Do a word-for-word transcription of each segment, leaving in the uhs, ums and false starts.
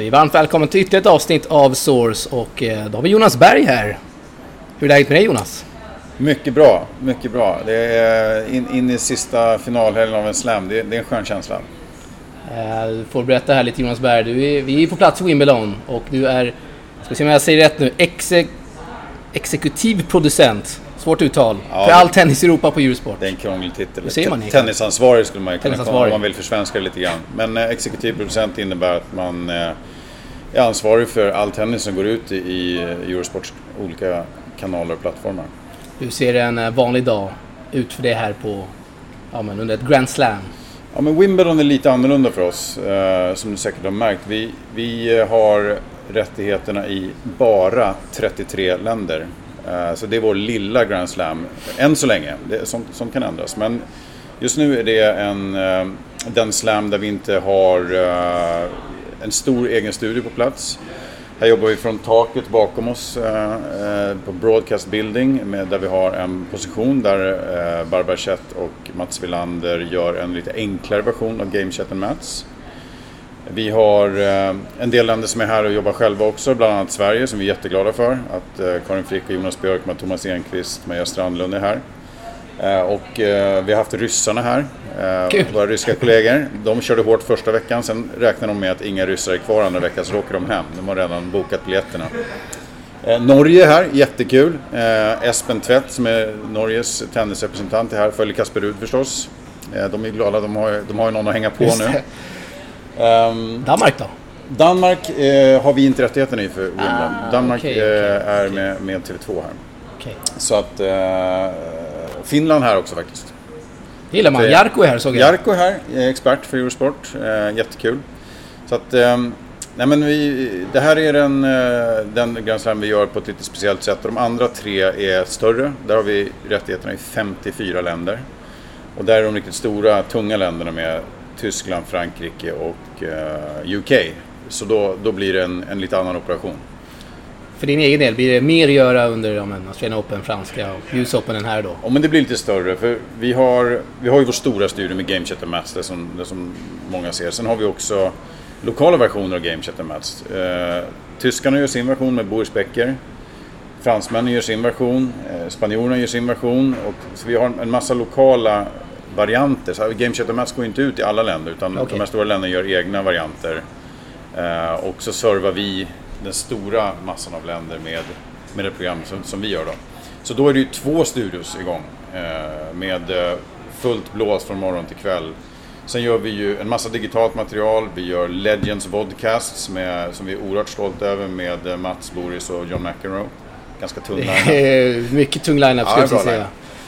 säger varmt välkommen till ytterligare ett avsnitt av Source och eh, då har vi Jonas Berg här. Hur är läget med dig, Jonas? Mycket bra, mycket bra. Det är in, in i sista finalhelgen av en slam. Det, det är en skön känsla. Eh, du får berätta här lite, Jonas Berg. Du är, vi är på plats i Wimbledon och du är, ska se om jag säger rätt nu, exe, exekutiv producent. Svårt uttal. Ja, för all tennis i Europa på Eurosport. Det är en krånglig titel. Det ser man inte. Tennisansvarig skulle man kunna komma om man vill försvenska det lite grann. Men eh, exekutiv producent innebär att man eh, är ansvarig för all tennis som går ut i, i Eurosports olika kanaler och plattformar. Hur ser en vanlig dag ut för det här på, ja, men under ett Grand Slam? Ja, men Wimbledon är lite annorlunda för oss, eh, som du säkert har märkt. Vi, vi har rättigheterna i bara trettiotre länder. Eh, så det är vår lilla Grand Slam, än så länge. Det, som, som kan ändras. Men just nu är det en, eh, den slam där vi inte har eh, en stor egen studio på plats. Här jobbar vi från taket bakom oss eh, på Broadcast Building med, där vi har en position där eh, Barbara Chet och Mats Wilander gör en lite enklare version av Game Chat and Mats. Vi har eh, en del länder som är här och jobbar själva också, bland annat Sverige som vi är jätteglada för. Att eh, Karin Frick och Jonas Björkman, Thomas Enqvist, Maja Strandlund är här. Eh, och eh, vi har haft ryssarna här, eh, våra ryska kollegor. De körde hårt första veckan, sen räknar de med att inga ryssar är kvar andra veckan, så åker de hem. De har redan bokat biljetterna. Eh, Norge är här, jättekul. Eh, Espen Tvedt som är Norges tennisrepresentant är här, följer Kasper Ruud förstås. Eh, de är glada, de har, de har ju någon att hänga på nu. Um, Danmark då? Danmark eh, har vi inte rättigheterna i för Wimbledon. Ah, Danmark okay, okay, eh, är okay. med, med T V två här. Okay. Så att eh, Finland här också faktiskt. Gillar man. Jarkko är här, såg jag. Jarkko är här, är expert för Eurosport. Eh, jättekul. Så att, eh, nej men vi, det här är den, eh, den Grand Slam vi gör på ett lite speciellt sätt. De andra tre är större. Där har vi rättigheterna i femtiofyra länder. Och där är de riktigt stora, tunga länderna med Tyskland, Frankrike och eh, U K. Så då, då blir det en, en lite annan operation. För din egen del, blir det mer att göra under ja, men, Australian Open, franska och U S Open än här då? Ja, men det blir lite större, för vi har, vi har ju vår stora studio med Game Chat and Mats, det som, det som många ser. Sen har vi också lokala versioner av Game Chat and Mats. Eh, tyskarna gör sin version med Boris Becker. Fransmännen gör sin version. Eh, spanjorerna gör sin version. Och, så vi har en massa lokala varianter. Så Game Chat and Mats går inte ut i alla länder, utan okay. De här stora länderna gör egna varianter. Eh, och så servar vi den stora massan av länder med, med det program som, som vi gör då. Så då är det ju två studios igång eh, med eh, fullt blås från morgon till kväll. Sen gör vi ju en massa digitalt material. Vi gör Legends vodcasts med, som vi är oerhört stolta över med eh, Mats, Boris och John McEnroe. Ganska tung line-up. Mycket tung line-up ska jag säga.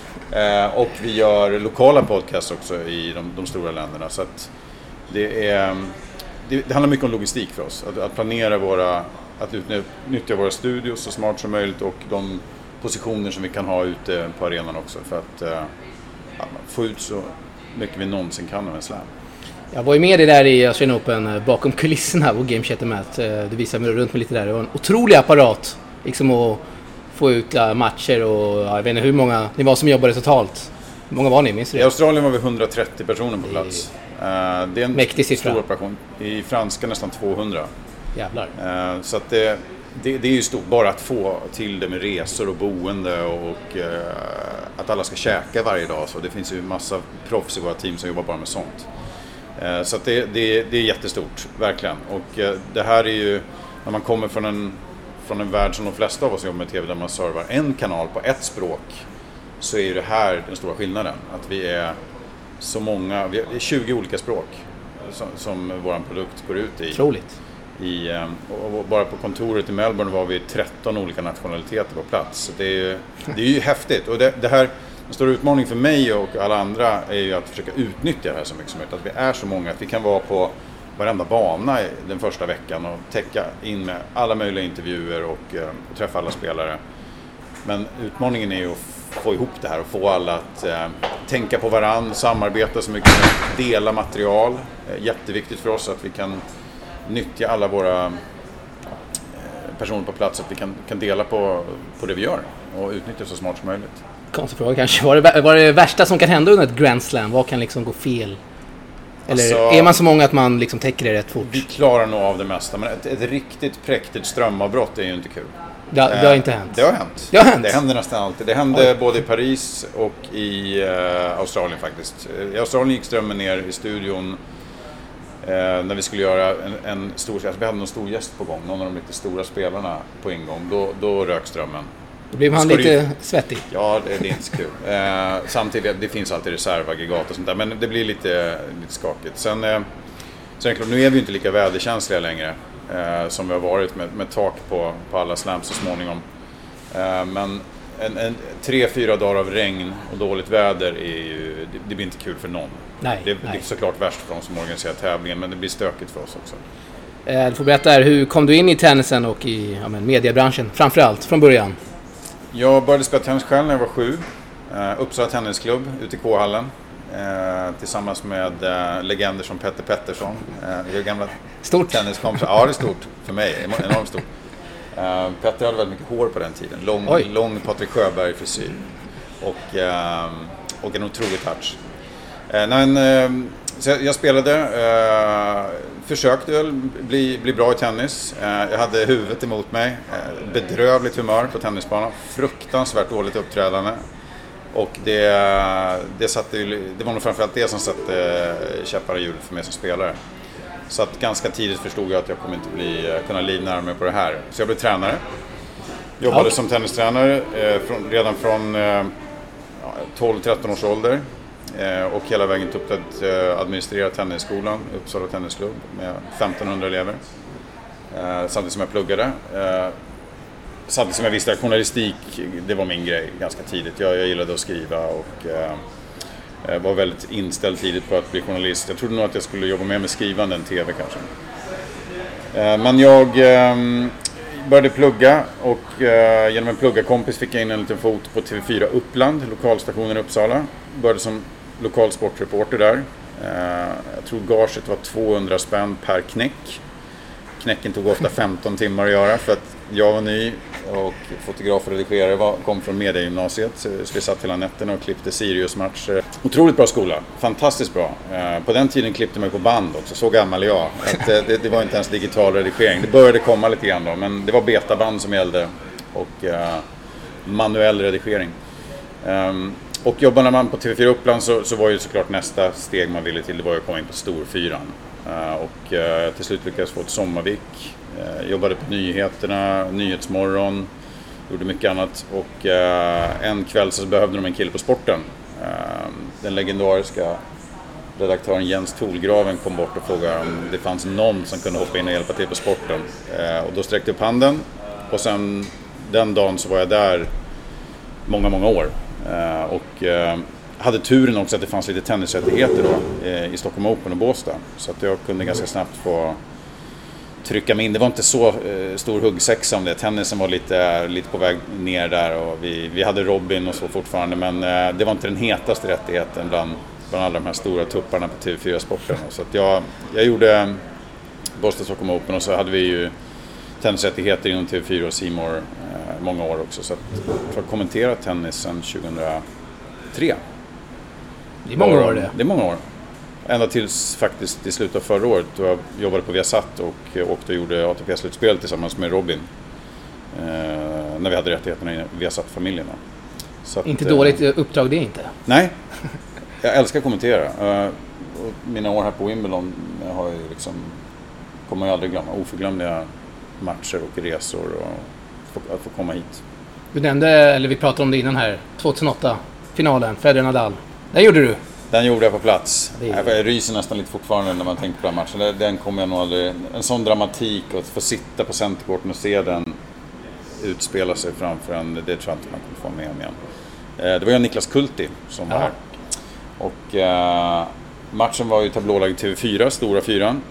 Eh, och vi gör lokala podcasts också i de, de stora länderna. Så att det är... Det, det handlar mycket om logistik för oss. Att, att planera våra, att utnyttja våra studios så smart som möjligt och de positioner som vi kan ha ute på arenan också för att uh, ja, få ut så mycket vi någonsin kan av en slam. Jag var ju med dig där i Australian Open bakom kulisserna på Game Chat and Mats. Du visade mig runt mig lite där. Det var en otrolig apparat liksom att få ut ja, matcher och ja, jag vet inte hur många ni var som jobbade totalt. Hur många var ni, minns du det? I Australien var vi hundratrettio personer på plats. Uh, det är en mäktig stor siffra. operation. I franska nästan tvåhundra. Jävlar. Uh, så att det, det, det är ju stort. Bara att få till det med resor och boende och uh, att alla ska käka varje dag. Så det finns ju massa proffs i våra team som jobbar bara med sånt. Uh, så att det, det, det är jättestort, verkligen. Och uh, det här är ju, när man kommer från en, från en värld som de flesta av oss jobbar med tv där man servar en kanal på ett språk, så är det här den stora skillnaden. Att vi är så många, vi är tjugo olika språk som, som vår produkt går ut i. Otroligt. I, och bara på kontoret i Melbourne var vi tretton olika nationaliteter på plats. Så det är ju, det är ju häftigt. Och det, det här, en stor utmaning för mig och alla andra är ju att försöka utnyttja det här så mycket som möjligt. Att vi är så många, att vi kan vara på varenda bana den första veckan och täcka in med alla möjliga intervjuer och, och träffa alla spelare. Men utmaningen är ju att få ihop det här och få alla att eh, tänka på varann, samarbeta så mycket som möjligt, dela material. Eh, jätteviktigt för oss att vi kan nyttja alla våra eh, personer på plats, att vi kan, kan dela på, på det vi gör och utnyttja så smart som möjligt. Konstig fråga kanske. Vad är det, vad är det värsta som kan hända under ett Grand Slam? Vad kan liksom gå fel? Eller alltså, är man så många att man liksom täcker det rätt fort? Vi klarar nog av det mesta, men ett, ett riktigt präktigt strömavbrott är ju inte kul. Det, det har inte hänt. Det har hänt. Det har hänt. Det händer nästan alltid. Det hände Oj. både i Paris och i uh, Australien faktiskt. I Australien gick strömmen ner i studion uh, när vi skulle göra en, en stor... Alltså vi hade någon stor gäst på gång. Någon av de lite stora spelarna på ingång. Då, då rök strömmen. Då blev han Ska lite du... svettig. Ja, det, det är inte så kul. Uh, samtidigt, det finns alltid reservaggregat och sånt där. Men det blir lite, lite skakigt. Sen, uh, sen klart, nu är vi inte lika väderkänsliga längre. Eh, som vi har varit med, med tak på, på alla slams så småningom. Eh, men en, en, tre, fyra dagar av regn och dåligt väder är ju, det, det blir inte kul för någon. Nej, det, nej. det är såklart värst för de som organiserar tävlingen, men det blir stökigt för oss också. Eh, du får berätta här, hur kom du in i tennisen och i ja, men, mediebranschen? Framförallt, från början. Jag började spela tennis själv när jag var sju. Eh, Uppsala tennisklubb ute i K-hallen. Eh, tillsammans med eh, legender som Petter Pettersson. Eh, vi är gamla Stort. tenniskompisar. Ja, det är stort för mig. Enormt stort. Eh, Petter hade väldigt mycket hår på den tiden. Lång, lång Patrik Sjöberg-frisyr. Och, eh, och en otrolig touch. Eh, men, eh, så jag, jag spelade, eh, försökte väl bli, bli bra i tennis. Eh, jag hade huvudet emot mig. Eh, bedrövligt humör på tennisbanan. Fruktansvärt dåligt uppträdande. Och det, det, satte, det var nog framförallt det som satte käppar i hjulet för mig som spelare. Så att ganska tidigt förstod jag att jag kommer inte bli, kunna livnära mig på det här. Så jag blev tränare. Jobbade ja. som tennistränare eh, från, redan från eh, tolv tretton års ålder. Eh, och hela vägen upp att eh, administrera tennisskolan, Uppsala tennisklubb med femtonhundra elever. Eh, samtidigt som jag pluggade. Eh, Samtidigt som jag visste att journalistik, det var min grej ganska tidigt. Jag, jag gillade att skriva och eh, var väldigt inställd tidigt på att bli journalist. Jag trodde nog att jag skulle jobba mer med skrivande än tv kanske. Eh, men jag eh, började plugga och eh, genom en pluggarkompis fick jag in en liten fot på T V fyra Uppland, lokalstationen i Uppsala. Började som lokal sportreporter där. Eh, jag tror gaget var tvåhundra spänn per knäck. Knäcken tog ofta femton timmar att göra för att jag var ny och fotograf och redigerare var, kom från mediegymnasiet. Så vi satt hela nätterna och klippte Sirius-matcher. Otroligt bra skola, fantastiskt bra. På den tiden klippte man på band också, så gammal är jag. Att det, det var inte ens digital redigering. Det började komma lite grann då, men det var betaband som gällde och uh, manuell redigering. Um, och jobbade man på T V fyra Uppland så, så var ju såklart nästa steg man ville till, det var att komma in på Storfyran. Uh, och uh, till slut lyckades få ett sommarvik. Uh, jobbade på nyheterna, Nyhetsmorgon, gjorde mycket annat. Och uh, en kväll så behövde de en kille på sporten. Uh, den legendariska redaktören Jens Tolgraven kom bort och frågade om det fanns någon som kunde hoppa in och hjälpa till på sporten. Uh, och då sträckte jag upp handen. Och sen den dagen så var jag där många, många år. Uh, och uh, hade turen också att det fanns lite tennisrättigheter då eh, i Stockholm Open och Båstad. Så att jag kunde ganska snabbt få trycka mig in. Det var inte så eh, stor huggsexa om det. Tennisen var lite, lite på väg ner där och vi, vi hade Robin och så fortfarande. Men eh, det var inte den hetaste rättigheten bland, bland alla de här stora tupparna på T V fyra-sporten. Så att jag, jag gjorde Båstad Stockholm Open och så hade vi ju tennisrättigheter inom T V fyra och C More eh, många år också. Så att jag har kommenterat tennis sedan tjugohundratre. Det är många år det. Det är många år. Ända tills faktiskt i slutet av förra året då jag jobbade på Viasat och åkte och gjorde A T P-slutspel tillsammans med Robin. Eh, när vi hade rättigheterna i Viasat-familjerna. Så att, inte dåligt uppdrag det inte. Nej, jag älskar att kommentera. Eh, och mina år här på Wimbledon har ju liksom, kommer jag aldrig glömma. Oförglömliga matcher och resor och att få komma hit. Du nämnde, eller vi pratade om det innan här, tjugohundraåtta, finalen, Federer Nadal. Den gjorde du. Den gjorde jag på plats. Det... Jag ryser nästan lite fortfarande när man tänker på den matchen. Den kommer jag nog aldrig... En sån dramatik och att få sitta på centercourten och se den utspela sig framför en, det tror jag inte man kommer få med om igen. Det var ju Niklas Kulti som var här. Och eh, matchen var ju tablålag T V fyra, stora fyran.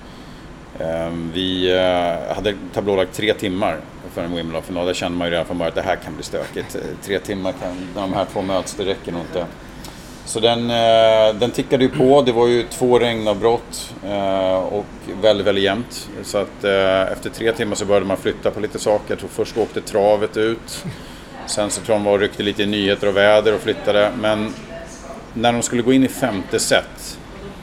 Eh, vi eh, hade tablålag tre timmar för en Wimbledon-final. Där kände man ju redan från början att det här kan bli stökigt. Tre timmar kan, när de här två möts, det räcker nog inte. Så den, den tickade ju på, det var ju två regnavbrott och väldigt, väldigt jämnt. Så att efter tre timmar så började man flytta på lite saker. Jag tror först åkte travet ut. Sen så tror jag de var och ryckte lite i nyheter och väder och flyttade. Men när de skulle gå in i femte set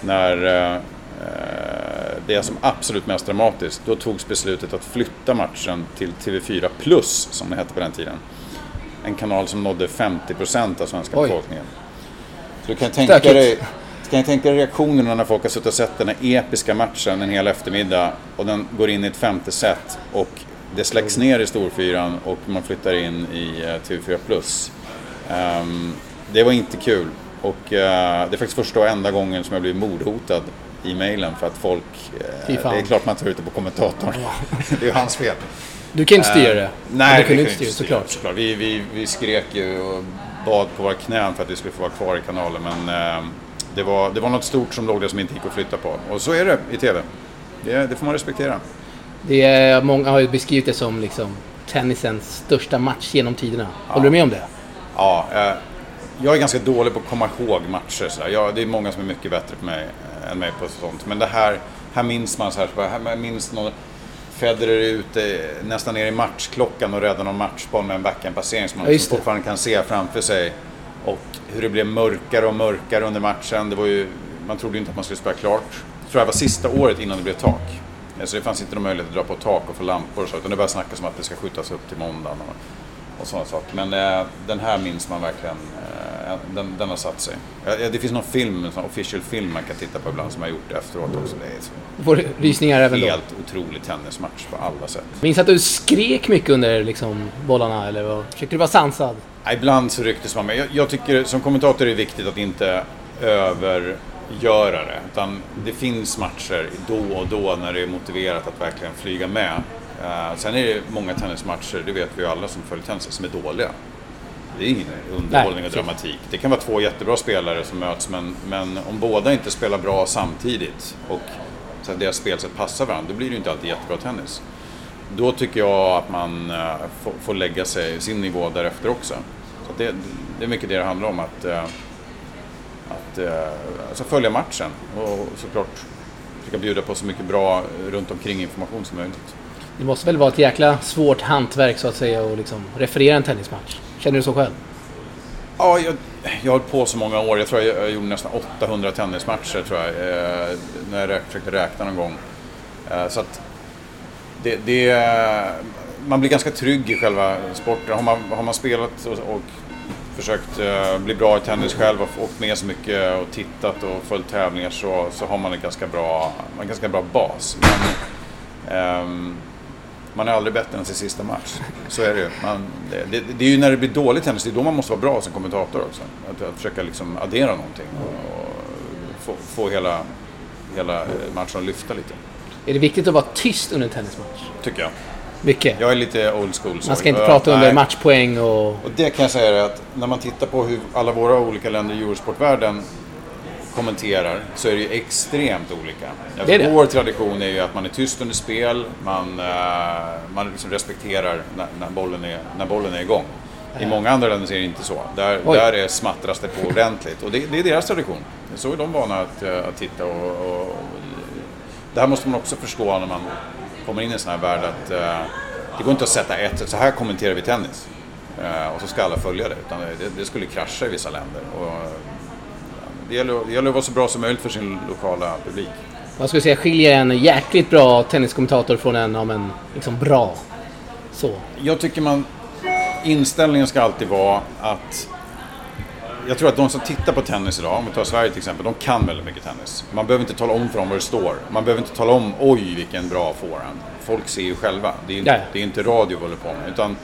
när eh, det är som absolut mest dramatiskt, då togs beslutet att flytta matchen till T V fyra plus, som det hette på den tiden. En kanal som nådde femtio procent av svenska Oj. befolkningen. Så du kan tänka dig, kan jag tänka dig reaktionerna när folk har suttit och sett den här episka matchen en hel eftermiddag och den går in i ett femte set och det släcks ner i storfyran och man flyttar in i T V fyra plus. Um, det var inte kul och uh, det är faktiskt första och enda gången som jag blev mordhotad i mejlen för att folk, uh, det är klart man tar ut det på kommentatorn. Det är ju hans fel. Du kan inte styra det. Uh, nej, du kan inte inte styra, styra, såklart. såklart. Vi, vi, vi skrek ju och bad på våra knän för att vi skulle få vara kvar i kanalen, men uh, det, var, det var något stort som låg där som inte gick att flytta på. Och så är det i tv. Det, det får man respektera. Det är, många har ju beskrivit det som liksom tennisens största match genom tiderna. Ja. Håller du med om det? Ja, uh, jag är ganska dålig på att komma ihåg matcher. Så jag, det är många som är mycket bättre på mig än mig på sånt. Men det här, här minns man så här. Så här minns någon Federer ute nästan ner i matchklockan och räddar någon matchboll med en backhandpassering som man ja, fortfarande kan se framför sig. Och hur det blev mörkare och mörkare under matchen. Det var ju, man trodde ju inte att man skulle spela klart. Jag tror det var sista året innan det blev tak. Så det fanns inte någon möjlighet att dra på tak och få lampor och så. Utan det bara snackas om att det ska skjutas upp till måndagen och, och sådana saker. Men eh, den här minns man verkligen. Eh, den, den har satt sig. Eh, det finns någon film, en sån official film man kan titta på ibland som har gjort det efteråt också. Det är så, du får rysningar även då. Helt otrolig tennismatch på alla sätt. Minns att du skrek mycket under liksom, bollarna eller vad? Försökte du vara sansad? Ja, ibland så rycktes man med. Jag, jag tycker som kommentator är det viktigt att inte övergöra det. Utan det finns matcher då och då när det är motiverat att verkligen flyga med. Uh, sen är det många tennismatcher, det vet vi ju alla som följer tennis, som är dåliga. Det är ingen underhållning och dramatik. Det kan vara två jättebra spelare som möts, men, men om båda inte spelar bra samtidigt och så att deras spelsätt passar varandra, då blir det ju inte alltid jättebra tennis. Då tycker jag att man uh, får, får lägga sig sin nivå därefter också. Så det, det är mycket det det handlar om, att, uh, att uh, alltså följa matchen och såklart försöka bjuda på så mycket bra runt omkring information som möjligt. Det måste väl vara ett jäkla svårt hantverk så att säga och liksom referera en tennismatch. Känner du så själv? Ja, jag, jag har hållit på så många år. Jag tror jag, jag gjorde nästan åttahundra tennismatcher tror jag, eh, när jag försökte räkna någon gång. Eh, så att det, det, man blir ganska trygg i själva sporten. Har man, har man spelat och, och försökt eh, bli bra i tennis själv och åkt med så mycket och tittat och följt tävlingar så, så har man en ganska bra, en ganska bra bas. Men, ehm, man är aldrig bättre än sin sista match. Så är det ju. Man, det, det, det är ju när det blir dåligt tennis, det är då man måste vara bra som kommentator också. Att, att försöka liksom addera någonting och, och få, få hela, hela matchen att lyfta lite. Är det viktigt att vara tyst under en tennismatch? Tycker jag. Mycket. Jag är lite old school. Så. Man ska inte prata under Nej. matchpoäng och... Och det kan jag säga att när man tittar på hur alla våra olika länder i Eurosportvärlden kommenterar så är det ju extremt olika. Alltså, det är det. Vår tradition är ju att man är tyst under spel, man, uh, man liksom respekterar när, när, bollen är, när bollen är igång. I många andra länder är det inte så. Där, där är smattras det på ordentligt. Och det, det är deras tradition. Så är de vana att, att titta. Och, och, det här måste man också förstå när man kommer in i en sån här värld. Att, uh, det går inte att sätta ett, så här kommenterar vi tennis. Uh, och så ska alla följa det. Utan det, det skulle krascha i vissa länder. Och, Det gäller, det gäller att vara så bra som möjligt för sin lokala publik. Vad skulle jag säga skiljer en jäkligt bra tenniskommentator från en om en liksom bra så? Jag tycker man inställningen ska alltid vara att jag tror att de som tittar på tennis idag, om vi tar Sverige till exempel, de kan väldigt mycket tennis. Man behöver inte tala om för dem vad det står. Man behöver inte tala om, oj vilken bra forehand. Folk ser ju själva. Det är inte, det är inte radio vi håller på med, utan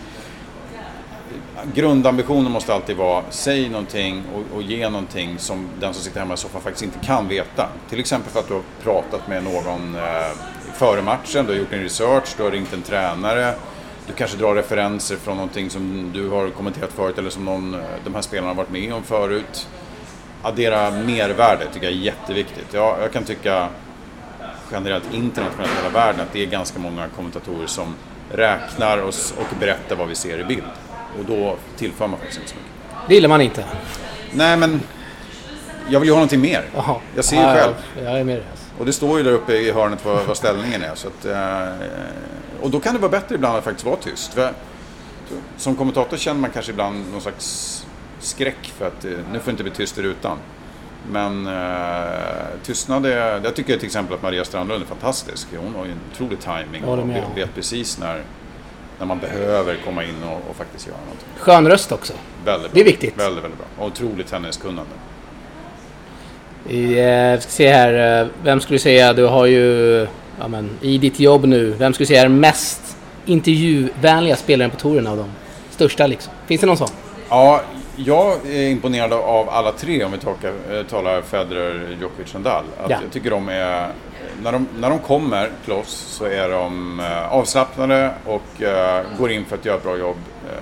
grundambitionen måste alltid vara säg någonting och, och ge någonting som den som sitter hemma i soffan faktiskt inte kan veta. Till exempel för att du har pratat med någon eh, före matchen, du har gjort en research, du har ringt en tränare, du kanske drar referenser från någonting som du har kommenterat förut eller som någon, de här spelarna har varit med om förut. Addera mervärde tycker jag är jätteviktigt. Ja, jag kan tycka generellt internationellt i hela världen att det är ganska många kommentatorer som räknar och, och berättar vad vi ser i bild. Och då tillför man faktiskt inte så mycket. Det gillar man inte. Nej, men jag vill ju ha någonting mer. Aha. Jag ser ju ja, själv. Jag är med det. Och det står ju där uppe i hörnet vad, vad ställningen är. Så att, eh, och då kan det vara bättre ibland att faktiskt vara tyst. För, som kommentator känner man kanske ibland någon slags skräck för att eh, nu får inte bli tyst i rutan. Men eh, tystnad är, jag tycker till exempel att Maria Strandlund är fantastisk. Hon har ju en otrolig timing och vet, vet precis när, när man behöver komma in och, och faktiskt göra något. Skön röst också. Väldigt bra. Det är viktigt. Väldigt, väldigt bra. Och otroligt tenniskunnande. I, eh, ska se här, eh, vem skulle säga, du har ju ja, men, i ditt jobb nu, vem skulle säga är mest intervjuvänliga spelaren på touren av dem? Största liksom. Finns det någon sån? Ja, jag är imponerad av alla tre om vi talar, talar Federer, Djokovic, Nadal. Att ja. Jag tycker de är, när de, när de kommer till oss så är de avslappnade och uh, går in för att göra ett bra jobb.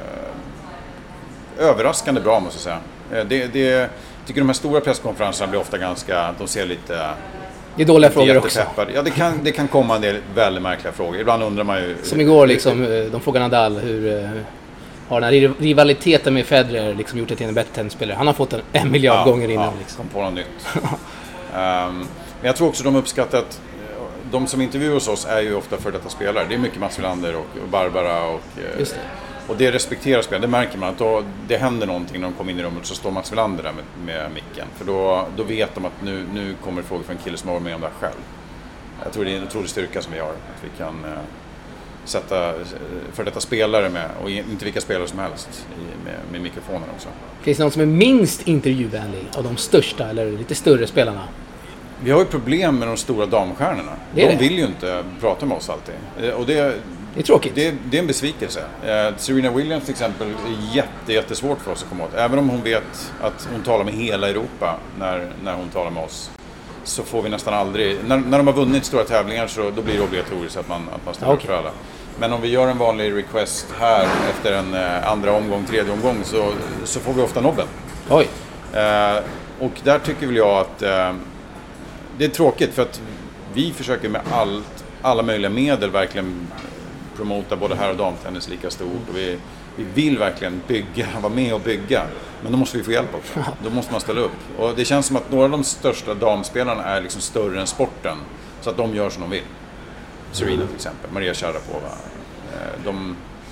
Uh, överraskande bra måste jag säga. Uh, det, det, jag tycker de här stora presskonferenserna blir ofta ganska, de ser lite... Det är dåliga frågor också. Ja, det kan, det kan komma en del väldigt märkliga frågor. Ibland undrar man ju... Som igår liksom, de frågar Nadal hur... Har den här rivaliteten med Federer liksom gjort det till en bättre tennisspelare. Han har fått en, en miljard ja, gånger innan. Ja, liksom. Kom på något nytt. um, men jag tror också de uppskattar att de som intervjuar hos oss är ju ofta för detta spelare. Det är mycket Mats Wilander och, och Barbara och, Just det. och det respekterar spelare. Det märker man att då, det händer någonting när de kommer in i rummet så står Mats Wilander där med, med micken. För då, då vet de att nu, nu kommer frågor från en kille som har varit med om det här själv. Jag tror det är en otrolig styrka som vi har. Att vi kan... Uh, sätta för detta spelare med, och inte vilka spelare som helst i, med, med mikrofonen också. Finns det någon som är minst intervjuvänlig av de största eller lite större spelarna? Vi har ju problem med de stora damstjärnorna. De det. vill ju inte prata med oss alltid. Och det, det är tråkigt. Det, det är en besvikelse. Eh, Serena Williams till exempel är jätte, jättesvårt för oss att komma åt. Även om hon vet att hon talar med hela Europa när, när hon talar med oss. Så får vi nästan aldrig... När, när de har vunnit stora tävlingar så då blir det obligatoriskt att man, att man ställer upp okay. för alla. Men om vi gör en vanlig request här efter en eh, andra omgång, tredje omgång så, så får vi ofta nobben. Oj. Eh, och där tycker väl jag att eh, det är tråkigt för att vi försöker med allt, alla möjliga medel verkligen promota både här och damtennis lika stort. Och vi, vi vill verkligen bygga, vara med och bygga. Men då måste vi få hjälp också. Då måste man ställa upp. Och det känns som att några av de största damspelarna är liksom större än sporten. Så att de gör som de vill. Serena till exempel, Maria Sharapova. De,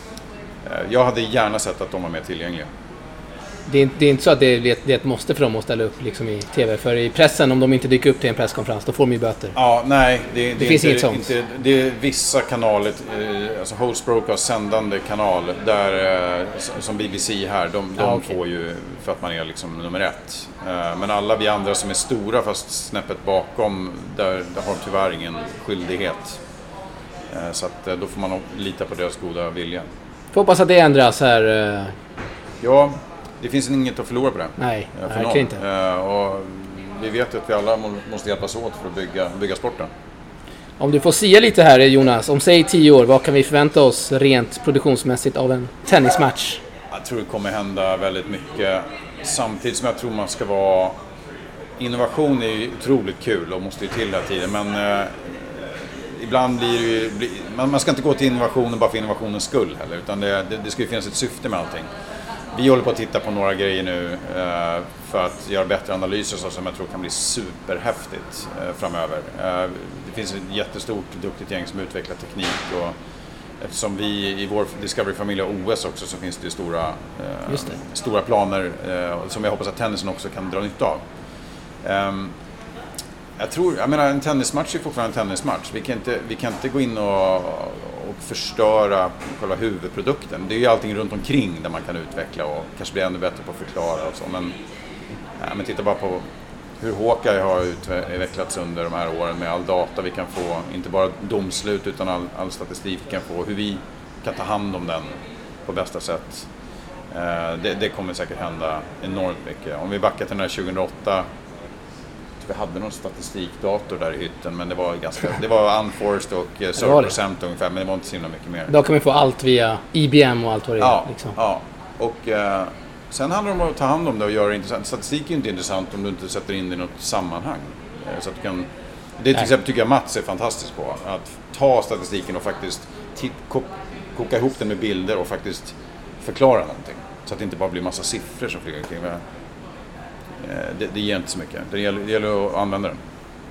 jag hade gärna sett att de var mer tillgängliga. Det är, det är inte så att det är, det är ett måste för dem att ställa upp liksom i tv. För i pressen, om de inte dyker upp till en presskonferens, då får de ju böter. Ja, nej. Det, det, det finns inte, inget sånt. Inte, det är vissa kanaler, alltså Holsbrook har sändande kanal där, som B B C här, de, de ah, okay. får ju för att man är liksom nummer ett. Men alla vi andra som är stora fast snäppet bakom, där, där har de tyvärr ingen skyldighet. Så att då får man lita på deras goda vilja. Får hoppas att det ändras här. Ja, det finns inget att förlora på det. Nej, verkligen inte. Och vi vet att vi alla måste hjälpas åt för att bygga, bygga sporten. Om du får sia lite här, Jonas, om säg tio år, vad kan vi förvänta oss rent produktionsmässigt av en tennismatch? Jag tror det kommer hända väldigt mycket. Samtidigt som jag tror man ska vara... Innovation är ju otroligt kul och måste ju till hela tiden, men... Eh, ibland blir det ju... Man, man ska inte gå till innovationen bara för innovationens skull heller, utan det, det, det ska ju finnas ett syfte med allting. Vi håller på att titta på några grejer nu eh, för att göra bättre analyser så som jag tror kan bli superhäftigt eh, framöver. Eh, det finns ett jättestort duktigt gäng som utvecklar teknik och eftersom vi i vår Discovery-familj har O S också så finns det stora, eh, Just det. stora planer eh, som jag hoppas att tennisen också kan dra nytta av. Eh, jag tror, jag menar en tennismatch är fortfarande en tennismatch. Vi kan inte, vi kan inte gå in och och förstöra själva huvudprodukten. Det är ju allting runt omkring där man kan utveckla och kanske bli ännu bättre på att förklara och så. Men, ja, men titta bara på hur Hawkeye har utvecklats under de här åren med all data vi kan få. Inte bara domslut utan all, all statistik vi kan få. Hur vi kan ta hand om den på bästa sätt. Eh, det, det kommer säkert hända enormt mycket. Om vi backar till den här tjugohundraåtta. Vi hade någon statistikdator där i hytten, men det var ganska, det var unforced och server procent ungefär, men det var inte så himla mycket mer. Då kan vi få allt via I B M och allt vad det är. Ja, liksom. ja. Och eh, sen handlar det om att ta hand om det och göra det intressant. Statistik är inte intressant om du inte sätter in det i något sammanhang. Eh, så att du kan, det till exempel tycker jag Mats är fantastisk på, att ta statistiken och faktiskt t- ko- koka ihop den med bilder och faktiskt förklara någonting. Så att det inte bara blir massa siffror som flyger omkring. Det, det ger inte så mycket. Det gäller, det gäller att använda den.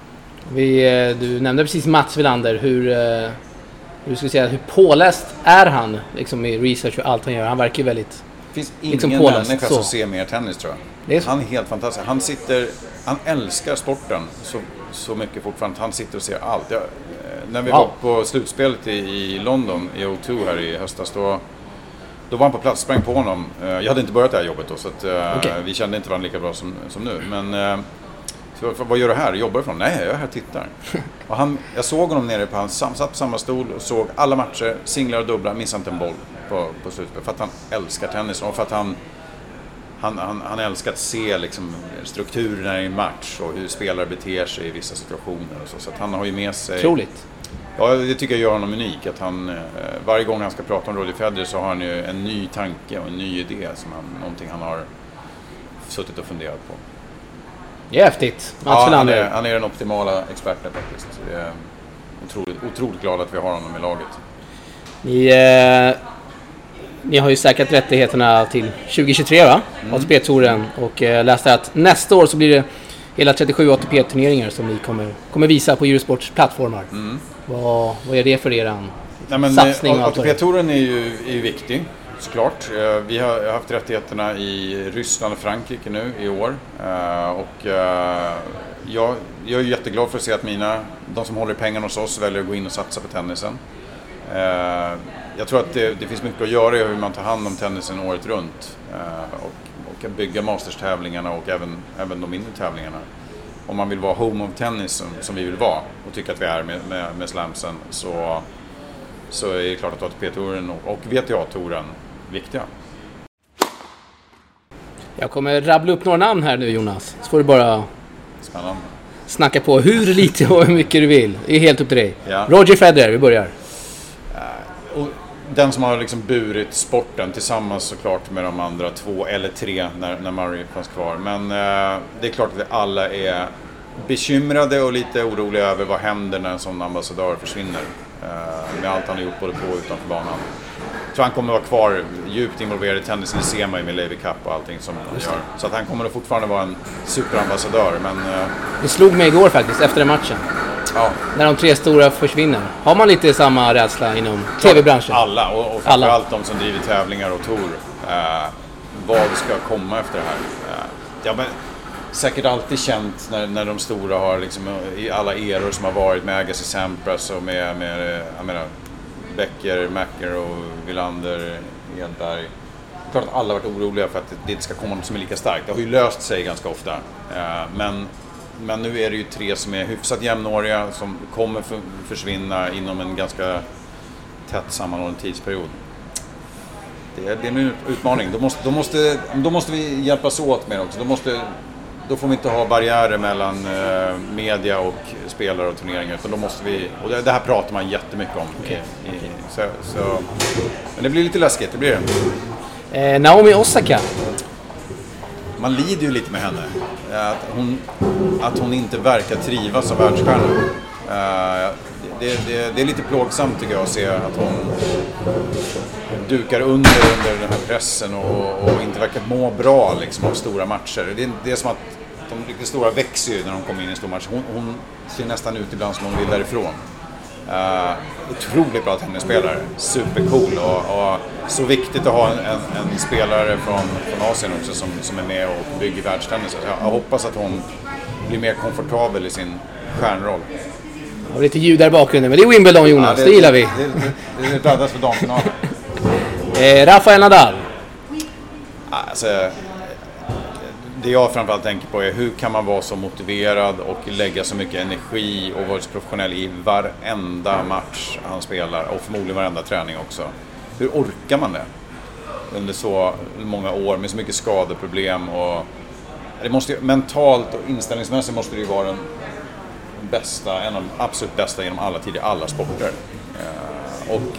Vi, du nämnde precis Mats Wilander. Hur, hur, ska jag säga, hur påläst är han liksom, i research och allt han gör? Han verkar ju väldigt Det finns ingen liksom påläst, människa så. som ser mer tennis, tror jag. Det är så. Han är helt fantastisk. Han sitter, han älskar sporten så, så mycket fortfarande. Han sitter och ser allt. Jag, när vi Wow. var på slutspelet i, i London, i O två här i höstas, då, då var han på plats, sprang på honom. Jag hade inte börjat det här jobbet då, så att, Okay. vi kände inte varandra lika bra som, som nu. Men så, vad gör du här? Jobbar du ifrån? Nej, jag är här och tittar. Och han, jag såg honom nere på hans, satt på samma stol och såg alla matcher, singlar och dubblar, missade inte en boll på, på slutspelet. För att han älskar tennis och för att han Han, han, han älskar att se liksom, strukturerna i en match och hur spelare beter sig i vissa situationer. Och så, så att han har ju med sig... Otroligt. Ja, det tycker jag gör honom unik. Att han, eh, varje gång han ska prata om Roger Federer så har han ju en ny tanke och en ny idé. Som han, någonting han har suttit och funderat på. Det är häftigt. Mats Ja, han, Wilander. är, han är den optimala experten faktiskt. Jag är otroligt, otroligt glad att vi har honom i laget. Ni, eh, ni har ju säkrat rättigheterna till tjugo tjugotre, va? Mm. A T P-touren. Och eh, läste att nästa år så blir det hela trettiosju A T P-turneringar som ni kommer, kommer visa på Eurosports plattformar. Mm. Vad, vad är det för er Nej, men, satsning? A T P-touren är ju, är ju viktig, såklart. Vi har haft rättigheterna i Ryssland och Frankrike nu i år. Och jag, jag är jätteglad för att se att mina, de som håller i pengarna hos oss väljer att gå in och satsa på tennisen. Jag tror att det, det finns mycket att göra i hur man tar hand om tennisen året runt. Och, och att bygga masterstävlingarna och även, även de mindre tävlingarna. Om man vill vara home of tennis som, som vi vill vara och tycker att vi är med, med, med slamsen, så, så är det klart att A T P-touren och, och V T A-touren viktiga. Jag kommer rabbla upp några namn här nu, Jonas. Så får du bara Spännande. snacka på hur lite och hur mycket du vill. Det är helt upp till dig. Ja. Roger Federer, vi börjar. Och den som har liksom burit sporten tillsammans såklart med de andra två eller tre när, när Murray fanns kvar. Men eh, det är klart att vi alla är bekymrade och lite oroliga över vad händer när en sån ambassadör försvinner. Eh, med allt han har gjort både på och utanför banan. Jag tror han kommer att vara kvar djupt involverad i tennisen, det ser man ju med Lever Cup och allting som han gör. Så att han kommer att fortfarande vara en superambassadör. Men, eh, Det slog mig igår faktiskt, efter den matchen. ja. När de tre stora försvinner. Har man lite samma rädsla inom tv-branschen? Alla, och, och framförallt de som driver tävlingar och tour. Eh, vad ska komma efter det här? Eh, ja, men, säkert alltid känt när, när de stora har liksom, i alla eror som har varit med Agassi, Sampras och med, med jag menar, Becker, Macker och Wilander, Edberg. Klart att alla har varit oroliga för att det inte ska komma något som är lika starkt. Det har ju löst sig ganska ofta. Eh, men Men nu är det ju tre som är hyfsat jämnåriga som kommer för, försvinna inom en ganska tätt sammanhållen tidsperiod. Det är, det är en utmaning. Då måste, då, måste, då måste vi hjälpas åt med det också. Då, måste, då får vi inte ha barriärer mellan eh, media och spelare och turneringar. Utan då måste vi, och det, det här pratar man jättemycket om. Okay. I, i, så, så, men det blir lite läskigt, det blir det. Eh, Naomi Osaka. Man lider ju lite med henne. Att hon, att hon inte verkar trivas som världsstjärna. Uh, det, det, det är lite plågsamt tycker jag att se att hon dukar under, under den här pressen och, och inte verkar må bra liksom, av stora matcher. Det, det är som att de riktigt stora växer ju när de kommer in i en stor match. Hon, hon ser nästan ut ibland som hon vill därifrån. Uh, otroligt bra tennisspelare, supercool och, och så viktigt att ha en, en, en spelare från, från Asien också som, som är med och bygger världstennis. Jag, jag hoppas att hon blir mer komfortabel i sin stjärnroll. Har lite ljud där i bakgrunden, men det är Wimbledon, Jonas, ja, det, det gillar vi. Det, det, det laddas för damfinalen. eh, Rafael Nadal. Alltså, det jag framförallt tänker på är hur kan man vara så motiverad och lägga så mycket energi och vara så professionell i varenda match han spelar och förmodligen varenda träning också. Hur orkar man det under så många år med så mycket skadeproblem och det måste, mentalt och inställningsmässigt måste det ju vara den bästa, en av de absolut bästa genom alla tider, alla sporter. Och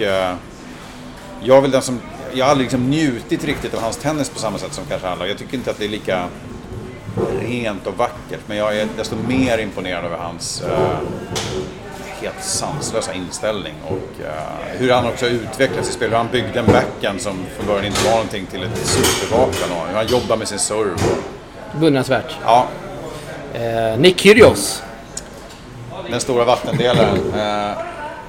jag vill den som jag har aldrig liksom njutit riktigt av hans tennis på samma sätt som kanske andra. Jag tycker inte att det är lika rent och vackert, men jag är desto mer imponerad över hans uh, helt sanslösa inställning och uh, hur han också utvecklats i spel. Hur han byggde en backhand som från början inte var någonting till ett supervapen och hur han jobbar med sin serve. Beundransvärt. Ja. Eh, Nick Kyrgios. Den stora vattendelaren. Uh,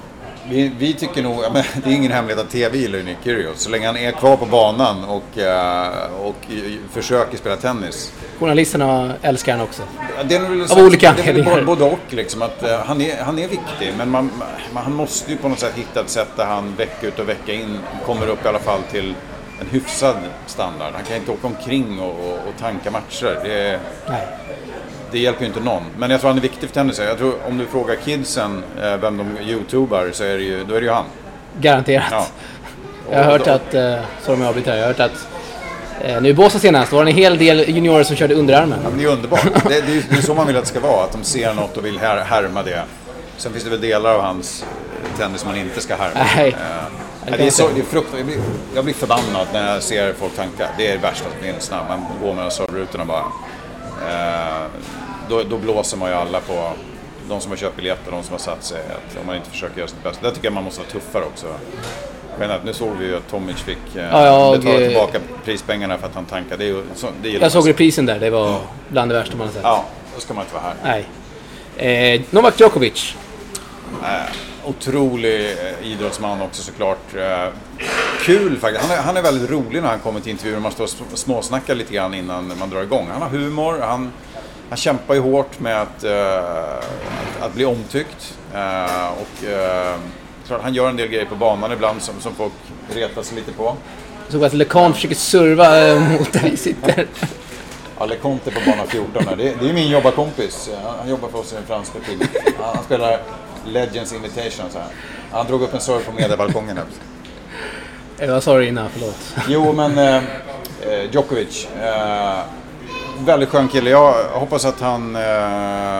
Vi, vi tycker nog, ja, men det är ingen hemlighet att T V gillar Nick Kyrgios. Så länge han är kvar på banan och, uh, och försöker spela tennis. Journalisterna älskar han också. Ja, det är nog Av olika anledningar. Både och liksom, att uh, han, är, han är viktig. Men man, man, han måste ju på något sätt hitta ett sätt där han vecka ut och vecka in kommer upp i alla fall till en hyfsad standard. Han kan inte åka omkring och, och, och tanka matcher. Det, Nej. det hjälper ju inte någon. Men jag tror han är viktig för tennis. Jag tror om du frågar kidsen eh, vem de youtubar så är det ju, då är det ju han. Garanterat. Ja. Jag har hört då, att, eh, sorry jag avbryter här, jag har hört att eh, nu i Båstad senast var det en hel del juniorer som körde underarmen. Ja, men det är underbart. det, det, är, det är så man vill att det ska vara. Att de ser något och vill här, härma det. Sen finns det väl delar av hans tennis man inte ska härma. Nej. Eh, Det är så, det är frukt, jag, blir, jag blir förbannad när jag ser folk tanka. Det är det värsta som finns när man går mellan serverrutorna bara. Eh, då, då blåser man ju alla på de som har köpt biljetter och de som har satt sig. Att om man inte försöker göra sitt bästa. Där tycker jag man måste vara tuffare också. Men att nu såg vi ju att Tomic fick eh, ja, jag, betala tillbaka prispengarna för att han tankade. Det är ju, så, det jag såg reprisen där, det var ja. bland det värsta man har sett. Ja, då ska man inte vara här. Nej. Eh, Novak Djokovic. Eh, Otrolig idrottsman också såklart. Kul faktiskt. Han är, han är väldigt rolig när han kommer till intervjuer. Man står och småsnackar lite grann innan man drar igång. Han har humor. Han, han kämpar ju hårt med att, uh, att, att bli omtyckt. Uh, och uh, han gör en del grejer på banan ibland som, som folk retar sig lite på. Jag såg att LeConte försöker serva uh, mot där vi sitter. Ja, LeConte på bana fjorton. Det, det är min jobbarkompis. Han jobbar för oss i den franska klubben. Han spelar Legends Invitation så här. Han drog upp en serve på mediebalkongen. Jag var sorry innan, förlåt. Jo, men eh, Djokovic. Eh, väldigt skön kille. Jag hoppas att han eh,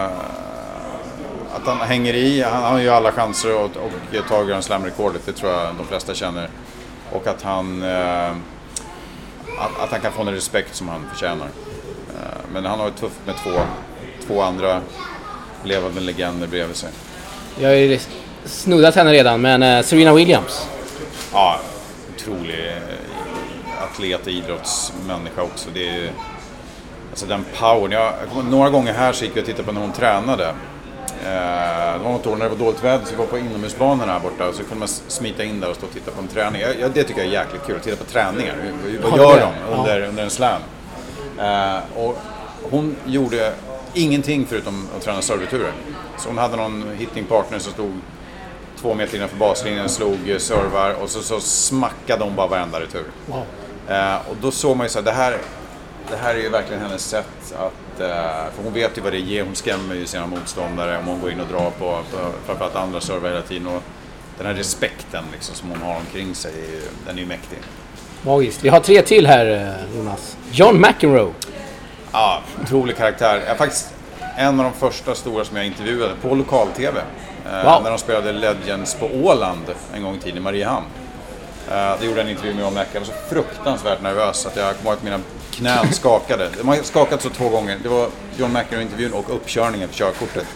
att han hänger i. Han, han har ju alla chanser att och ta Grand Slam-rekordet. Det tror jag de flesta känner. Och att han eh, att, att han kan få den respekt som han förtjänar. Eh, men han har ju tufft med två, två andra levande legender bredvid sig. Jag har ju snuddat henne redan, men uh, Serena Williams. Ja, otrolig atlet och idrottsmänniska också. Det är ju, alltså den powern. Jag, några gånger här så gick jag och tittade på när hon tränade. Eh, det var något år när det var dåligt väder så vi var på inomhusbanorna här borta och så kunde man smita in där och stå och titta på en träning. Jag, jag, det tycker jag är jäkligt kul, att titta på träningar. Vad gör de under, ja. under en slam? Eh, och hon gjorde ingenting förutom att träna serveturer. Så hon hade någon hittingpartner som stod två meter innanför baslinjen, slog servar och så, så smackade hon bara varenda retur. Wow. Eh, och då såg man ju så här, det här, det här är ju verkligen hennes sätt att, eh, för hon vet ju vad det ger, hon skrämmer ju sina motståndare om hon går in och drar på, på framförallt andra servar hela tiden. Och den här respekten liksom, som hon har omkring sig, den är ju mäktig. Magiskt. Vi har tre till här, Jonas. John McEnroe. Ja, otrolig karaktär. Jag faktiskt en av de första stora som jag intervjuade på lokal-tv. Wow. När de spelade Legends på Åland en gång i tiden i Mariehamn. Det gjorde en intervju med John McEnroe. Jag var så fruktansvärt nervös att jag kom ihåg att mina knän skakade. De har skakat så två gånger. Det var John McEnroe-intervjun och uppkörningen för körkortet.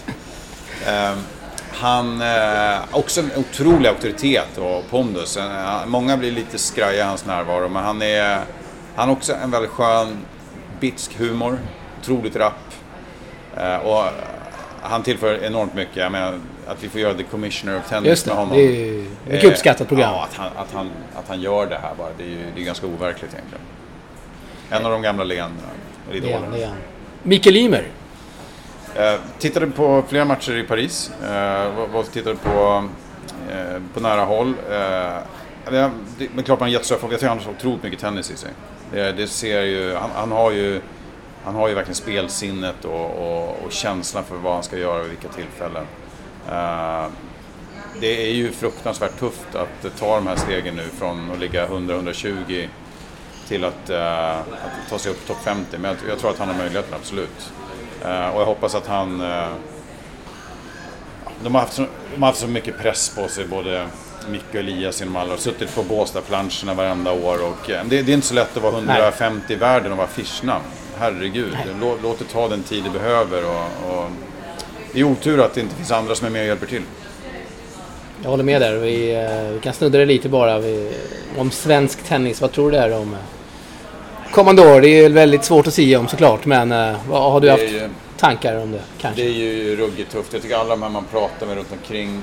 Han är också en otrolig auktoritet och pondus. Många blir lite skraja i hans närvaro, men han är han är också en väldigt skön bitsk humor, otroligt rapp. Och han tillför enormt mycket. Jag menar, att vi får göra The Commissioner of Tennis med honom. Det är ju ett mycket uppskattat program. Ja, att han, att, han, att han gör det här bara, det är ju det är ganska overkligt egentligen. En av de gamla legenderna. Igen, igen. Mikael Ymer. Eh, tittade på flera matcher i Paris. Eh, var, tittade på, eh, på nära håll. Eh, det, det, men klart man är jättesöd. Jag tycker han har så otroligt mycket tennis i sig. Det, det ser ju, han, han har ju Han har ju verkligen spelsinnet och, och, och känslan för vad han ska göra vid vilka tillfällen. Uh, det är ju fruktansvärt tufft att ta de här stegen nu från att ligga hundra till hundratjugo till att, uh, att ta sig upp topp femtio. Men jag, jag tror att han har möjligheten, absolut. Uh, och jag hoppas att han... Uh, de, har haft så, de har haft så mycket press på sig, både Micke och Elias inom alla. Har suttit på Båstadplanscherna varenda år. Och, uh, det, det är inte så lätt att vara hundrafemtio Nej. i världen och vara affischnamn. Herregud, låt, låt det ta den tid det behöver och, och det är otur att det inte finns andra som är med och hjälper till. Jag håller med där, vi, vi kan snudda det lite bara vi, om svensk tennis, vad tror du där om kommande år? Det är väldigt svårt att säga om såklart, men vad har du haft ju, tankar om det kanske? Det är ju ruggigt tufft, jag tycker alla de här man pratar med runt omkring,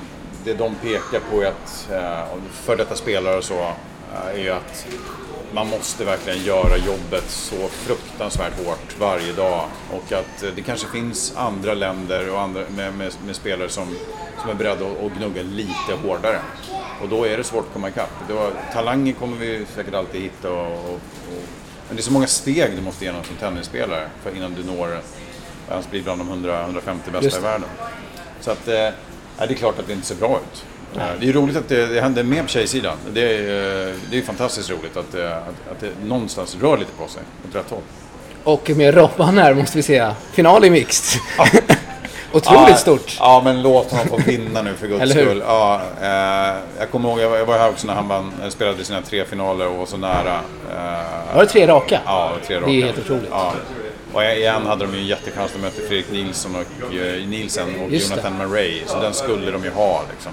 det de pekar på är att, för detta spelare och så, är att man måste verkligen göra jobbet så fruktansvärt hårt varje dag. Och att det kanske finns andra länder och andra, med, med, med spelare som, som är beredda att, att gnugga lite hårdare. Och då är det svårt att komma ikapp. Då, talanger kommer vi säkert alltid hitta. Och, och, och, men det är så många steg du måste igenom som tennisspelare för innan du når att bli bland de hundra till hundrafemtio bästa i världen. Så att, eh, det är klart att det inte ser bra ut. Nej. Det är roligt att det, det händer mer på tjejsidan. Det är, det är fantastiskt roligt att, att, att det någonstans rör lite på sig åt rätt håll. Och med Robban här måste vi se final i mixed. Ja. Otroligt ja, stort. Ja, men låt honom få vinna nu för guds skull. Ja, eh, jag kommer ihåg, jag var här också när han vann, spelade sina tre finaler och var så nära. Eh, var det tre raka? Ja, tre raka. Det är helt otroligt. Ja. Och igen hade de ju en jättechans att möta Fredrik Nilsson och uh, Nielsen och Just Jonathan det. Murray. Så den skulle de ju ha liksom.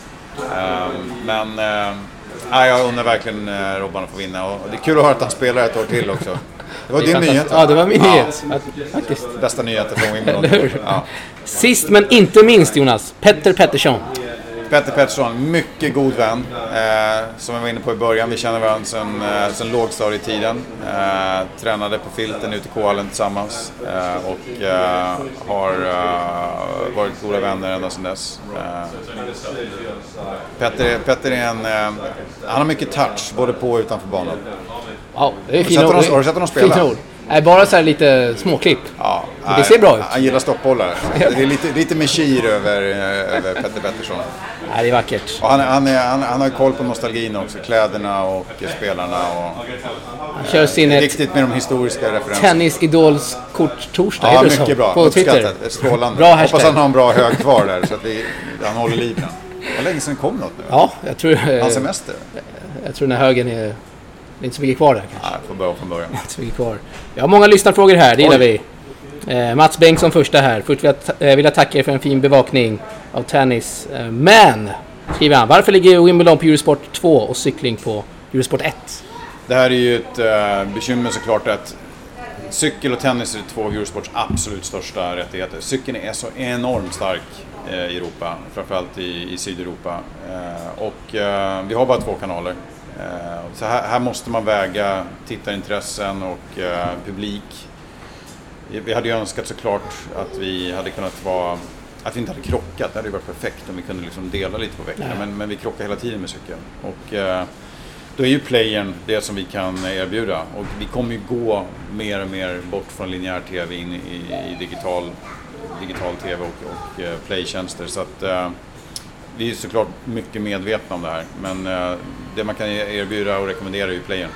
Um, men uh, jag undrar verkligen uh, Robban att få vinna. Och det är kul att höra att han spelar ett år till också. Det var det din nyhet. Ja, det var min nyhet. Ja. Faktiskt. Bästa nyheter från Wimbledon. Ja. Sist men inte minst, Jonas, Petter Pettersson. Petter Pettersson, mycket god vän. Eh, som jag var inne på i början, vi känner varandra sedan, eh, sedan lågstadietiden. Eh, tränade på Filten ute i K-hallen tillsammans. Eh, och eh, har eh, varit goda vänner ända sedan dess. Eh, Petter, Petter är en... Eh, han har mycket touch, både på och utanför banan. Ja, det är fint. Har, har du sett honom spela? Nej, bara så här lite småklipp. Ja, det nej, ser bra ut. Han gillar stoppbollar. Det är lite, lite mechir över, över Petter Pettersson. Nej, det är vackert. Och han, han, är, han, han har koll på nostalgin också. Kläderna och spelarna. Och han kör sin det är viktigt med de historiska referenserna. Tennisidols kort torsdag. Ja, mycket så? Bra. På Twitter. Strålande. Bra hoppas han har en bra hög kvar där så att vi, han håller liv den. Vad länge sedan kom något nu? Ja, jag tror... Hans semester? Jag tror den här högen är... Det är inte så mycket kvar där kanske. Nej, får börja från början. Inte så mycket kvar. Vi har många lyssnarfrågor här, det gillar vi. Eh, Mats Bengtsson första här. Först vill jag, vill jag tacka er för en fin bevakning av tennis. Eh, men, skriver han, varför ligger Wimbledon på Eurosport två och cykling på Eurosport ett? Det här är ju ett uh, bekymmer såklart att cykel och tennis är två av Eurosports absolut största rättigheter. Cykeln är så enormt stark uh, i Europa, framförallt i, i Sydeuropa. Uh, och uh, vi har bara två kanaler. Så här, här måste man väga tittarintressen och uh, publik. Vi hade ju önskat såklart att vi hade kunnat vara, att vi inte hade krockat. Det hade ju varit perfekt om vi kunde liksom dela lite på veckorna. Men, men vi krockar hela tiden med cykeln. Och uh, då är ju playern det som vi kan erbjuda. Och vi kommer ju gå mer och mer bort från linjär tv in i, i digital, digital tv och, och uh, playtjänster. Så att uh, vi är såklart mycket medvetna om det här, men uh, det man kan erbjuda och rekommendera är ju playern.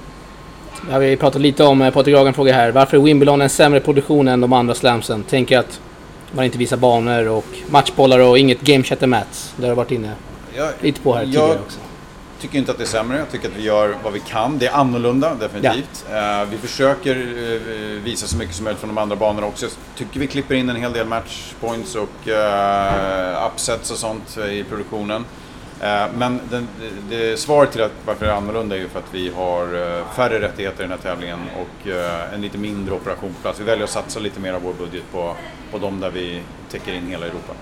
Ja, vi pratat lite om, Patrik Ragan frågar här, varför är Wimbledon en sämre produktion än de andra slamsen? Tänker att man inte visar banor och matchbollar och inget game chatter mats. Det har varit inne jag, lite på här tidigare jag också. Jag tycker inte att det är sämre, jag tycker att vi gör vad vi kan. Det är annorlunda, definitivt. Ja. Uh, vi försöker uh, visa så mycket som möjligt från de andra banorna också. Jag tycker vi klipper in en hel del matchpoints och uh, upsets och sånt i produktionen. Uh, men den, det, det svaret till att varför det är annorlunda är ju för att vi har uh, färre rättigheter i den här tävlingen och uh, en lite mindre operationsplats. Vi väljer att satsa lite mer av vår budget på, på de där vi täcker in hela Europa.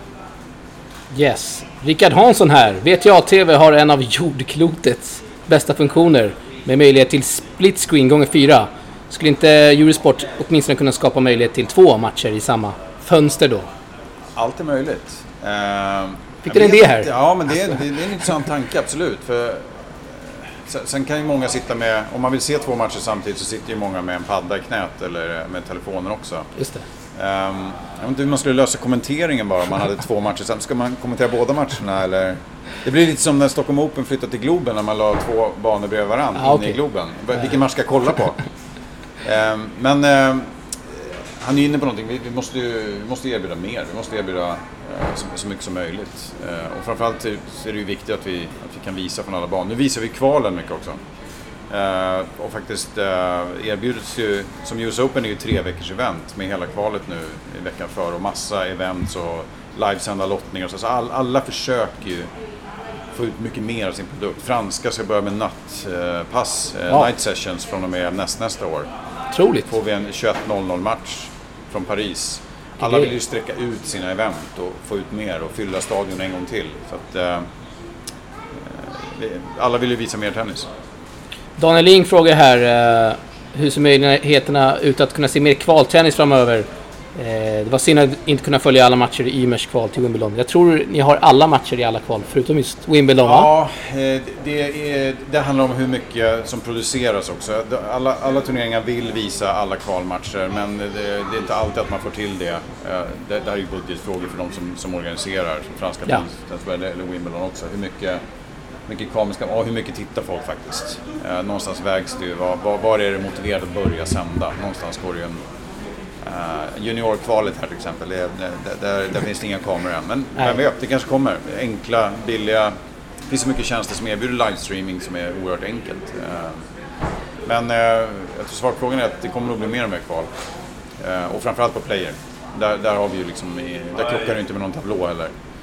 Yes. Rickard Hansson här. V T A-T V har en av jordklotets bästa funktioner med möjlighet till split screen gånger fyra. Skulle inte Eurosport åtminstone kunna skapa möjlighet till två matcher i samma fönster då? Allt är möjligt. Uh, Fick du en idé här? Ja, men det är, det är en intressant tanke, absolut. För, sen kan ju många sitta med, om man vill se två matcher samtidigt så sitter ju många med en padda i knät eller med telefonen också. Just det. Um, jag vet inte hur man skulle lösa kommenteringen bara om man hade två matcher. Sen ska man kommentera båda matcherna eller... Det blir lite som när Stockholm Open flyttade till Globen när man la två banor bredvid varandra ah, okay. in i Globen. Vilken match ska jag kolla på? um, men um, han är inne på någonting. Vi, vi, måste ju, vi måste erbjuda mer. Vi måste erbjuda uh, så, så mycket som möjligt. Uh, och framförallt så är det ju viktigt att vi, att vi kan visa från alla banor. Nu visar vi kvalen mycket också. Uh, och faktiskt uh, erbjuds ju, som U S Open är ju tre veckors event med hela kvalet nu i veckan för och massa events och livesända lottningar och så, så all, alla försöker ju få ut mycket mer av sin produkt. Franska ska börja med nattpass, uh, uh, ja. night sessions från och med näst, nästa år. Troligt. Får vi en tjugoett noll noll match från Paris alla grej. vill ju sträcka ut sina event och få ut mer och fylla stadion en gång till. Så att, eh, alla vill ju visa mer tennis. Daniel Ling frågar här, eh, hur ser möjligheterna ut att kunna se mer kvaltennis framöver? Eh, det var synd att inte kunna följa alla matcher i Ymers kval till Wimbledon. Jag tror ni har alla matcher i alla kval, förutom just Wimbledon, va? Ja, eh, det, är, det handlar om hur mycket som produceras också. Alla, alla turneringar vill visa alla kvalmatcher, men det, det är inte alltid att man får till det. Eh, det, det här är ju budgetfrågor för de som, som organiserar, som franska Ja. tennis, eller Wimbledon också. Hur mycket... mycket kamerska, och hur mycket tittar folk faktiskt. Eh, någonstans vägs det ju, var, var, var är det motiverat att börja sända? Någonstans går det ju en eh, juniorkvalet här till exempel, det, det, där, där finns det inga kameror än. Men vem vet, det kanske kommer. Enkla, billiga, det finns så mycket tjänster som erbjuder livestreaming som är oerhört enkelt. Eh, men eh, jag tror svartfrågan är att det kommer nog bli mer och mer kval. Eh, och framförallt på player. Där, där har vi ju liksom, i, där krockar det inte med någon tablå heller.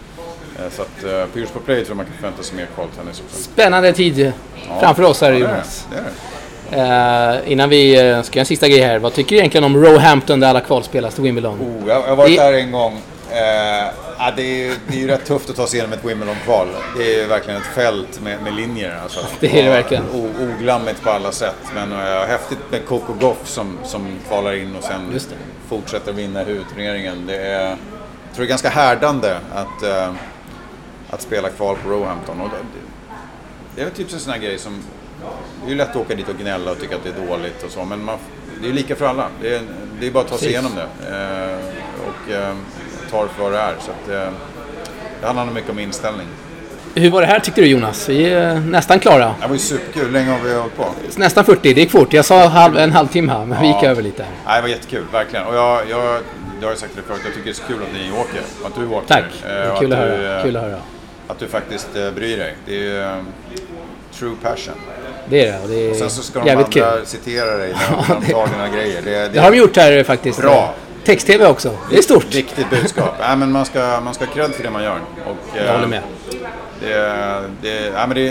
Så att uh, på just på play tror jag man kan förvänta sig mer kvaltennis också. Spännande tid ja. framför oss här, ja, Jonas. Det är det. Det är det. Uh, innan vi uh, ska göra en sista grej här. Vad tycker du egentligen om Roehampton där alla kval spelas till Wimbledon? Oh, jag, jag har varit det... där en gång. Uh, ja, det, är, det är ju rätt tufft att ta sig igenom ett Wimbledon-kval. Det är verkligen ett fält med, med linjer. Alltså. Det är det verkligen. O, oglammigt på alla sätt. Men uh, häftigt med Coco Gauff som, som kvalar in och sen fortsätter vinna huvudturneringen. Det är, jag tror det är ganska härdande att... Uh, att spela kval på Roehampton. Och det, det är väl typ en sån här grej som... Det är ju lätt att åka dit och gnälla och tycka att det är dåligt och så. Men man, det är lika för alla. Det är, det är bara att ta sig igenom det. Eh, och eh, ta det för vad det är. Så att, eh, det handlar nog mycket om inställning. Hur var det här tyckte du, Jonas? Vi är nästan klara. Det var ju superkul. Hur länge har vi hållit på? Nästan fyrtio, det gick fort. Jag sa halv, en halvtimme här, men ja. Vi gick över lite här. Nej, det var jättekul, verkligen. Och jag, jag, jag har ju sagt det förut, jag tycker det är så kul att ni åker. Att du åker. Tack, det är kul att, att höra. Du, kul att höra. Att du faktiskt uh, bryr dig. Det är ju um, true passion. Det är det. Och det är och sen så ska de andra kul. Citera dig när de tar dina grejer. Det, det, det har de gjort här faktiskt. Bra. Text-tv också. Det är stort. Viktigt budskap. Nej, men man ska, man ska ha cred för det man gör. Och, jag håller med. Det, det, ja, men det är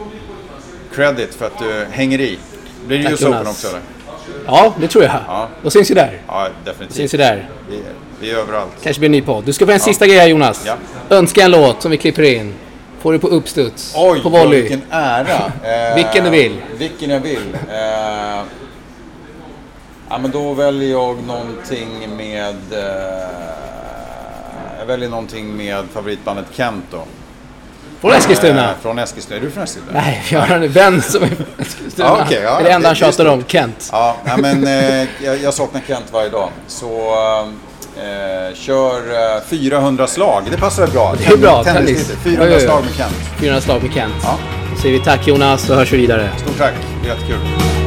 credit för att du hänger i. Blir det ju Open också eller? Ja, det tror jag. Ja. Då syns vi där. Ja, definitivt. Då syns vi där. Vi, vi är överallt. Kanske blir en ny podd. Du ska få en ja. sista grej här, Jonas. Ja. Önska en låt som vi klipper in. Får du på uppstuds. Oj, på volley. Vilken ära. eh, vilken du vill. Vilken jag vill. Eh, ja, men då väljer jag någonting med... Eh, jag väljer någonting med favoritbandet Kent då. Från Eskilstuna? Eh, från Eskilstuna. Är du från Eskilstuna? Nej, jag har en vän som är från Eskilstuna. Ja, okay, ja, det är det enda han tjatar om, Kent. Ja, ja men eh, jag, jag saknar Kent varje dag. Så eh, kör eh, fyrahundra slag. Det passar väl bra. Det är bra, tennis. fyrahundra slag med Kent. fyrahundra slag med Kent. Ja. Så säger vi tack, Jonas, och hörs vi vidare. Stort tack, det är jättekul.